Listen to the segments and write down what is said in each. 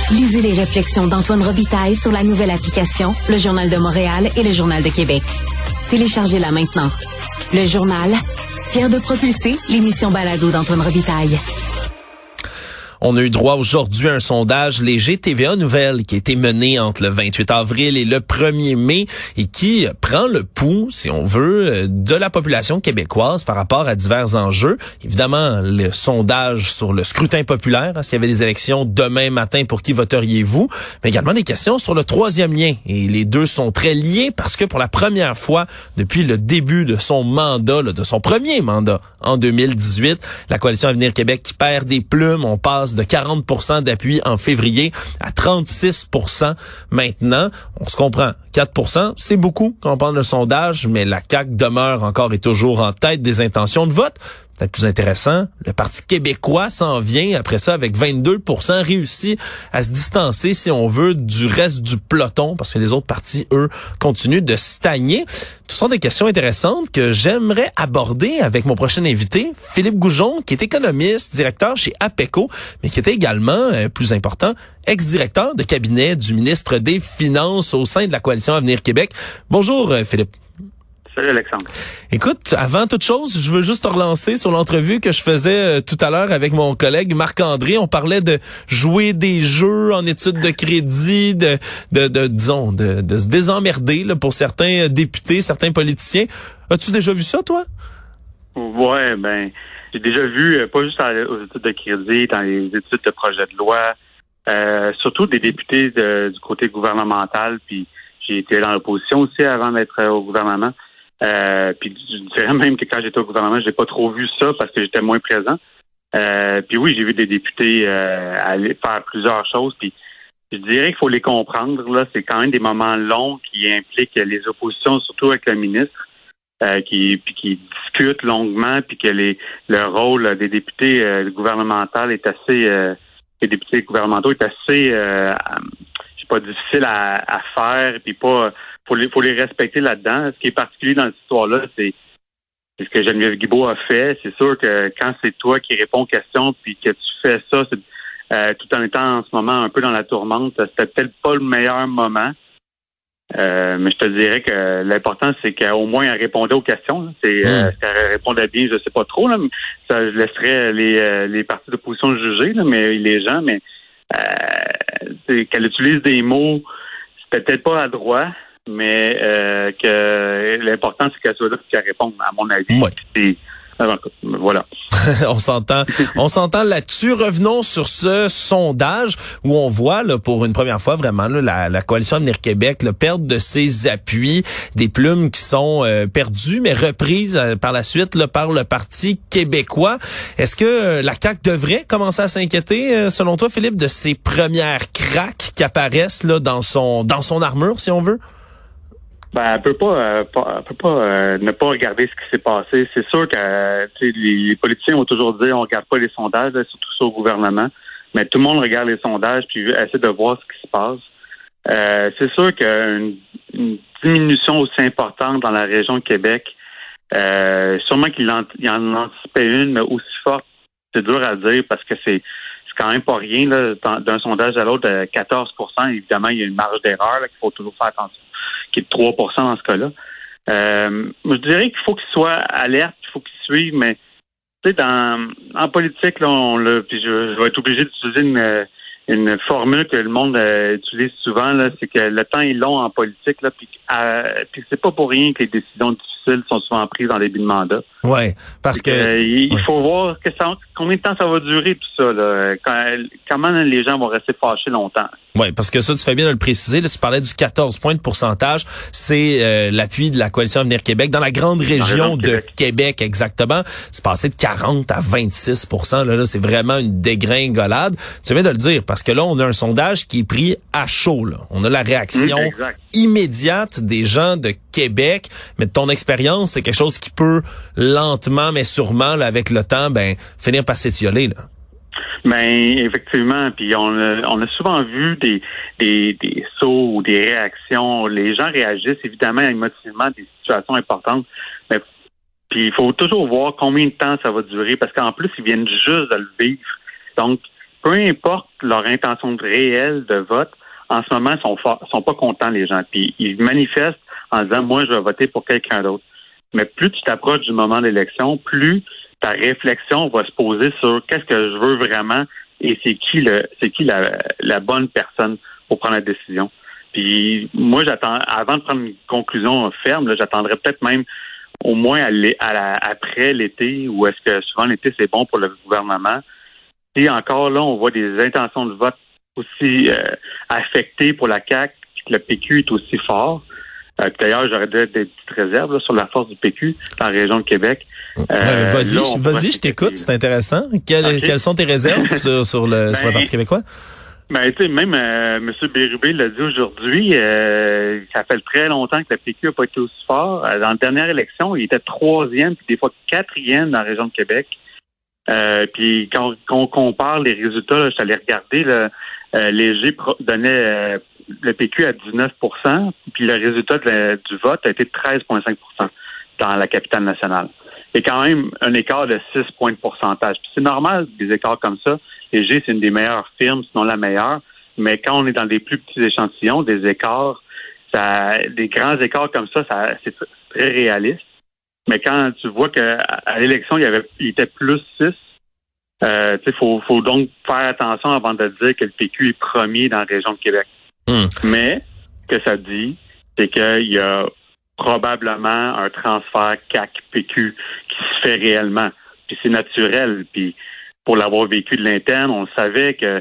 Lisez les réflexions d'Antoine Robitaille sur la nouvelle application Le Journal de Montréal et Le Journal de Québec. Téléchargez-la maintenant. Le Journal, fier de propulser l'émission Balado d'Antoine Robitaille. On a eu droit aujourd'hui à un sondage léger TVA Nouvelles qui a été mené entre le 28 avril et le 1er mai et qui prend le pouls, si on veut, de la population québécoise par rapport à divers enjeux. Évidemment, le sondage sur le scrutin populaire, s'il y avait des élections demain matin, pour qui voteriez-vous? Mais également des questions sur le troisième lien. Et les deux sont très liés parce que pour la première fois depuis le début de son mandat, de son premier mandat en 2018, la Coalition Avenir Québec qui perd des plumes. On passe de 40% d'appui en février à 36% maintenant. On se comprend. 4%, c'est beaucoup quand on parle de sondage, mais la CAQ demeure encore et toujours en tête des intentions de vote. Peut-être plus intéressant, le Parti québécois s'en vient après ça avec 22%, réussit à se distancer, si on veut, du reste du peloton, parce que les autres partis, eux, continuent de stagner. Ce sont des questions intéressantes que j'aimerais aborder avec mon prochain invité, Philippe Goujon, qui est économiste, directeur chez APECO, mais qui était également, plus important, ex-directeur de cabinet du ministre des Finances au sein de la Coalition Avenir Québec. Bonjour, Philippe. Salut Alexandre. Écoute, avant toute chose, je veux juste te relancer sur l'entrevue que je faisais tout à l'heure avec mon collègue Marc-André. On parlait de jouer des jeux en études de crédit, de se désemmerder là, pour certains députés, certains politiciens. As-tu déjà vu ça, toi? Ouais, j'ai déjà vu, pas juste aux études de crédit, dans les études de projet de loi, surtout des députés du côté gouvernemental, puis j'ai été dans l'opposition aussi avant d'être au gouvernement. Puis je dirais même que quand j'étais au gouvernement, j'ai pas trop vu ça parce que j'étais moins présent. Puis oui, j'ai vu des députés aller faire plusieurs choses. Puis je dirais qu'il faut les comprendre. Là, c'est quand même des moments longs qui impliquent les oppositions, surtout avec le ministre, qui discutent longuement, puis que le rôle des députés gouvernementaux est assez, les députés gouvernementaux est assez, pas difficile à faire, puis pas. Faut les respecter là-dedans. Ce qui est particulier dans cette histoire-là, c'est ce que Geneviève Guilbeault a fait. C'est sûr que quand c'est toi qui réponds aux questions puis que tu fais ça tout en étant en ce moment un peu dans la tourmente, c'était peut-être pas le meilleur moment. Mais je te dirais que l'important, c'est qu'au moins elle répondait aux questions. Si elle répondait bien, je sais pas trop, là, mais ça je laisserais les partis d'opposition juger, là, mais les gens, mais qu'elle utilise des mots, c'était peut-être pas adroit. Mais que l'important, c'est qu'elle soit là et qu'elle réponde, à mon avis. Ouais. Voilà. On s'entend là-dessus. Revenons sur ce sondage où on voit, là, pour une première fois, vraiment, là, la Coalition Avenir Québec perdre de ses appuis, des plumes qui sont perdues, mais reprises par la suite là, par le Parti québécois. Est-ce que la CAQ devrait commencer à s'inquiéter, selon toi, Philippe, de ces premières craques qui apparaissent là, dans son armure, si on veut? Elle peut pas ne pas regarder ce qui s'est passé. C'est sûr que les politiciens ont toujours dit on regarde pas les sondages, là, surtout ça au gouvernement, mais tout le monde regarde les sondages puis essaie de voir ce qui se passe. C'est sûr qu'une diminution aussi importante dans la région de Québec, sûrement qu'il en anticipait une, mais aussi forte, c'est dur à dire parce que c'est quand même pas rien là, d'un sondage à l'autre de 14%. Évidemment, il y a une marge d'erreur là, qu'il faut toujours faire attention, qui est de 3% dans ce cas-là. Je dirais qu'il faut qu'il soit alerte, il faut qu'il suive, mais tu sais, en politique, là, puis je vais être obligé d'utiliser une formule que le monde utilise souvent, là, c'est que le temps est long en politique, là, puis c'est pas pour rien que les décisions difficiles sont souvent prises en début de mandat. Ouais, parce que il faut voir combien de temps ça va durer tout ça, là, comment les gens vont rester fâchés longtemps. Oui, parce que ça, tu fais bien de le préciser. Là, tu parlais du 14 points de pourcentage. C'est l'appui de la Coalition Avenir Québec dans la grande région de Québec, exactement. C'est passé de 40 à 26 %. Là, c'est vraiment une dégringolade. Tu viens de le dire, parce que là, on a un sondage qui est pris à chaud. Là. On a la réaction immédiate des gens de Québec. Mais de ton expérience, c'est quelque chose qui peut lentement, mais sûrement, là, avec le temps, finir par s'étioler, là. Effectivement, puis on a souvent vu des sauts ou des réactions. Les gens réagissent évidemment émotivement à des situations importantes, mais puis il faut toujours voir combien de temps ça va durer, parce qu'en plus ils viennent juste de le vivre. Donc peu importe leur intention réelle de vote, en ce moment, sont pas contents, les gens. Puis ils manifestent en disant, moi, je vais voter pour quelqu'un d'autre. Mais plus tu t'approches du moment de l'élection, plus ta réflexion va se poser sur qu'est-ce que je veux vraiment et c'est qui la bonne personne pour prendre la décision. Puis moi, avant de prendre une conclusion ferme, là, j'attendrais peut-être même au moins après l'été, ou est-ce que souvent l'été, c'est bon pour le gouvernement. Et encore là, on voit des intentions de vote aussi affectées pour la CAQ, puis que le PQ est aussi fort. D'ailleurs, j'aurais des petites réserves là, sur la force du PQ dans la région de Québec. Vas-y, je t'écoute, c'est intéressant. Quelles sont tes réserves sur le Parti québécois? Ben, tu sais, même M. Bérubé l'a dit aujourd'hui, ça fait très longtemps que le PQ n'a pas été aussi fort. Dans la dernière élection, il était 3e, puis des fois 4e dans la région de Québec. Puis quand on compare les résultats, là, je suis allé regarder, là, Léger donnait le PQ à 19%, puis le résultat du vote a été de 13,5% dans la capitale nationale. C'est quand même un écart de 6 points de pourcentage. Puis c'est normal, des écarts comme ça. Léger, c'est une des meilleures firmes, sinon la meilleure. Mais quand on est dans des plus petits échantillons, des écarts, des grands écarts comme ça, c'est très réaliste. Mais quand tu vois qu'à l'élection, il était plus 6, faut donc faire attention avant de dire que le PQ est premier dans la région de Québec. Mais ce que ça dit, c'est qu'il y a probablement un transfert CAQ-PQ qui se fait réellement. Puis c'est naturel. Puis pour l'avoir vécu de l'interne, on savait que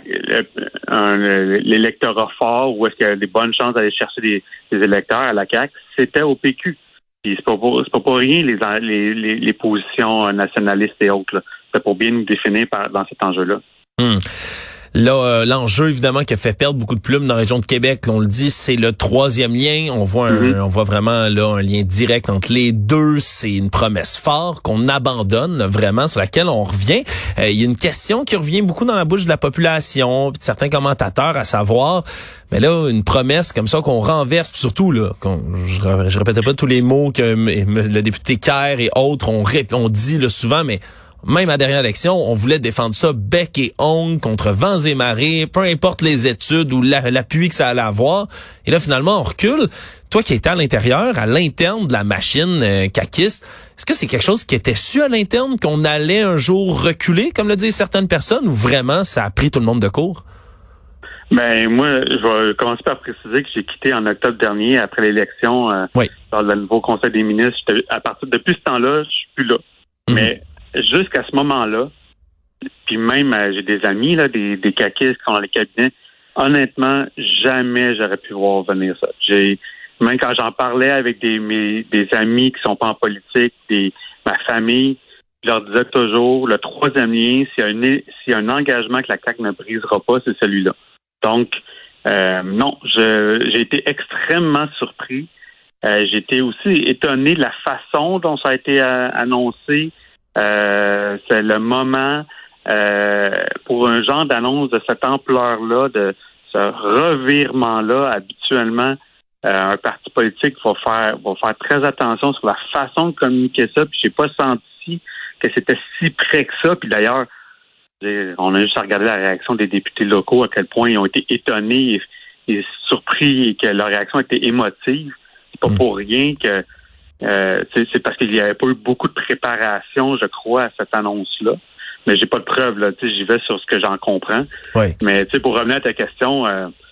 l'électorat fort, où est-ce qu'il y a des bonnes chances d'aller chercher des électeurs à la CAQ, c'était au PQ. Puis c'est pas pour rien les positions nationalistes et autres. Là. C'est pour bien nous définir dans cet enjeu-là. Là, l'enjeu, évidemment, qui a fait perdre beaucoup de plumes dans la région de Québec, on le dit, c'est le troisième lien. On voit vraiment là un lien direct entre les deux. C'est une promesse forte qu'on abandonne, là, vraiment, sur laquelle on revient. Il y a une question qui revient beaucoup dans la bouche de la population, puis de certains commentateurs, à savoir, mais là, une promesse comme ça qu'on renverse, puis surtout, là, je répétais pas tous les mots que le député Kerr et autres ont dit là, souvent, mais même à la dernière élection, on voulait défendre ça bec et ongle contre vents et marées, peu importe les études ou l'appui que ça allait avoir. Et là, finalement, on recule. Toi qui étais à l'intérieur, à l'interne de la machine caquiste, est-ce que c'est quelque chose qui était su à l'interne, qu'on allait un jour reculer, comme le disent certaines personnes, ou vraiment ça a pris tout le monde de court? Ben moi, je vais commencer par préciser que j'ai quitté en octobre dernier, après l'élection, dans le nouveau Conseil des ministres. Depuis ce temps-là, je suis plus là. Mais jusqu'à ce moment-là, puis même j'ai des amis, là, des caquistes qui sont dans les cabinets, honnêtement, jamais j'aurais pu voir venir ça. Même quand j'en parlais avec des amis qui sont pas en politique, ma famille, je leur disais toujours, le troisième lien, s'il y a un engagement que la CAQ ne brisera pas, c'est celui-là. Donc, non, j'ai été extrêmement surpris. J'ai été aussi étonné de la façon dont ça a été annoncé. C'est le moment pour un genre d'annonce de cette ampleur-là, de ce revirement-là. Habituellement, un parti politique va faire très attention sur la façon de communiquer ça. Puis j'ai pas senti que c'était si près que ça. Puis d'ailleurs, on a juste à regarder la réaction des députés locaux, à quel point ils ont été étonnés et surpris et que leur réaction était émotive. C'est pas pour rien que c'est parce qu'il n'y avait pas eu beaucoup de préparation, je crois, à cette annonce-là. Mais j'ai pas de preuves, là. J'y vais sur ce que j'en comprends. Oui. Mais pour revenir à ta question,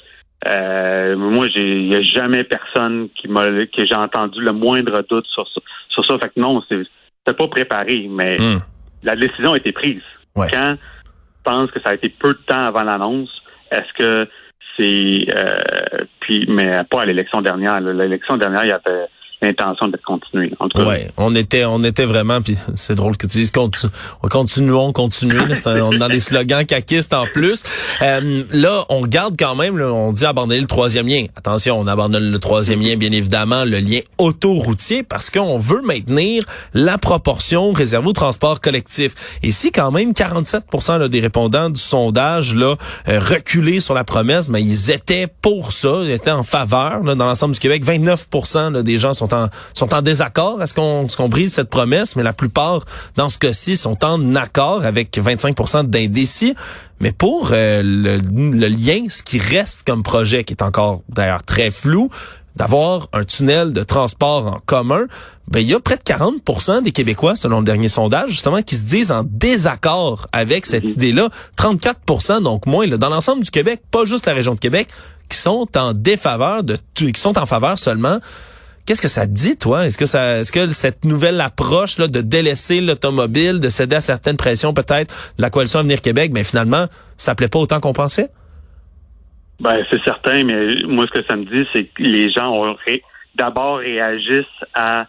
moi, il n'y a jamais personne que j'ai entendu le moindre doute sur ça. Fait que non, c'était pas préparé, mais la décision a été prise. Ouais. Quand je pense que ça a été peu de temps avant l'annonce, est-ce que c'est mais pas à l'élection dernière. L'élection dernière, il y avait l'intention d'être continué. En tout cas. Ouais, on était vraiment, puis c'est drôle que tu dises continuons, on est dans des slogans caquistes en plus. Là, on regarde quand même, là, on dit abandonner le troisième lien. Attention, on abandonne le troisième lien, bien évidemment, le lien autoroutier, parce qu'on veut maintenir la proportion réservée au transport collectif. Et si quand même 47% là, des répondants du sondage là reculés sur la promesse, mais ils étaient pour ça, ils étaient en faveur là, dans l'ensemble du Québec. 29% là, des gens sont en désaccord à ce qu'on brise cette promesse, mais la plupart, dans ce cas-ci, sont en accord avec 25% d'indécis. Mais pour le lien, ce qui reste comme projet, qui est encore d'ailleurs très flou, d'avoir un tunnel de transport en commun, ben il y a près de 40% des Québécois, selon le dernier sondage, justement, qui se disent en désaccord avec cette idée-là. 34%, donc moins, là, dans l'ensemble du Québec, pas juste la région de Québec, qui sont en défaveur qui sont en faveur seulement. Qu'est-ce que ça te dit, toi? Est-ce que cette nouvelle approche là de délaisser l'automobile, de céder à certaines pressions peut-être de la coalition Avenir Québec, ben finalement, ça plaît pas autant qu'on pensait? Ben c'est certain, mais moi ce que ça me dit, c'est que les gens d'abord réagissent à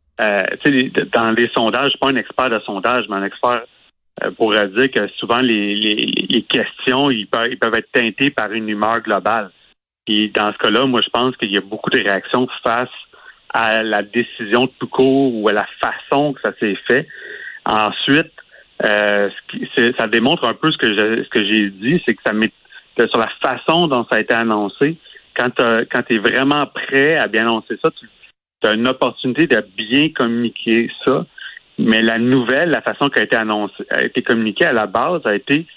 dans les sondages. Je suis pas un expert de sondage, mais un expert pourrait dire que souvent les questions ils peuvent être teintées par une humeur globale. Et dans ce cas-là, moi je pense qu'il y a beaucoup de réactions face à la décision tout court ou à la façon que ça s'est fait. Ensuite, ça démontre un peu ce que j'ai dit, c'est que ça met sur la façon dont ça a été annoncé. Quand tu es vraiment prêt à bien annoncer ça, tu as une opportunité de bien communiquer ça. Mais la nouvelle, la façon qu'elle a été annoncée, a été communiquée à la base, a été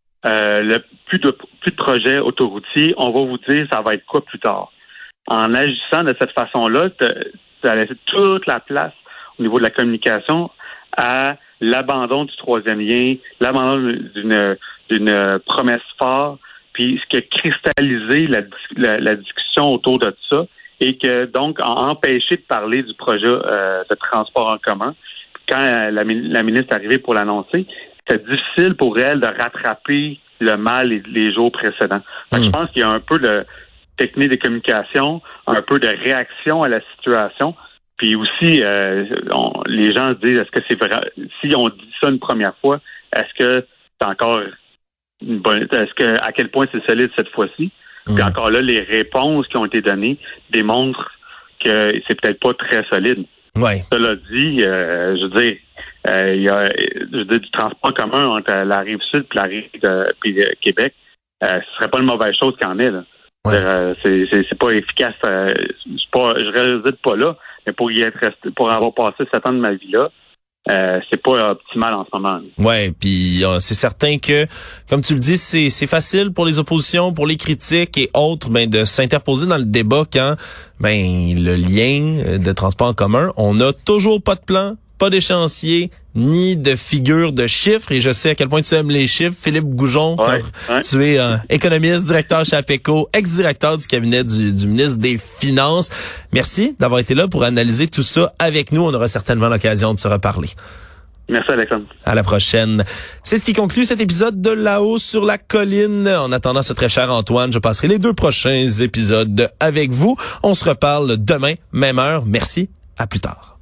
plus de projets autoroutiers. On va vous dire ça va être quoi plus tard. En agissant de cette façon-là, tu as laissé toute la place au niveau de la communication à l'abandon du troisième lien, l'abandon d'une promesse forte, puis ce qui a cristallisé la discussion autour de ça et que donc a empêché de parler du projet de transport en commun. Quand la ministre est arrivée pour l'annoncer, c'était difficile pour elle de rattraper le mal les jours précédents. Donc, je pense qu'il y a un peu de technique de communication, un peu de réaction à la situation. Puis aussi, les gens se disent, est-ce que c'est vrai? Si on dit ça une première fois, est-ce que c'est encore une bonne? À quel point c'est solide cette fois-ci? Puis encore là, les réponses qui ont été données démontrent que c'est peut-être pas très solide. Ouais. Cela dit, je veux dire, il y a du transport commun entre la rive sud et la rive Québec. Ce serait pas une mauvaise chose qu'il y en ait, là. Ouais. C'est pas efficace. Je réside pas là, mais pour avoir passé 7 ans de ma vie là, c'est pas optimal en ce moment. Ouais, puis c'est certain que, comme tu le dis, c'est facile pour les oppositions, pour les critiques et autres, de s'interposer dans le débat quand, le lien de transport en commun, on n'a toujours pas de plan, pas d'échéancier, ni de figure de chiffres. Et je sais à quel point tu aimes les chiffres. Philippe Goujon, tu es économiste, directeur chez APECO, ex-directeur du cabinet du ministre des Finances. Merci d'avoir été là pour analyser tout ça avec nous. On aura certainement l'occasion de se reparler. Merci, Alexandre. À la prochaine. C'est ce qui conclut cet épisode de Là-haut sur la colline. En attendant ce très cher Antoine, je passerai les 2 prochains épisodes avec vous. On se reparle demain, même heure. Merci. À plus tard.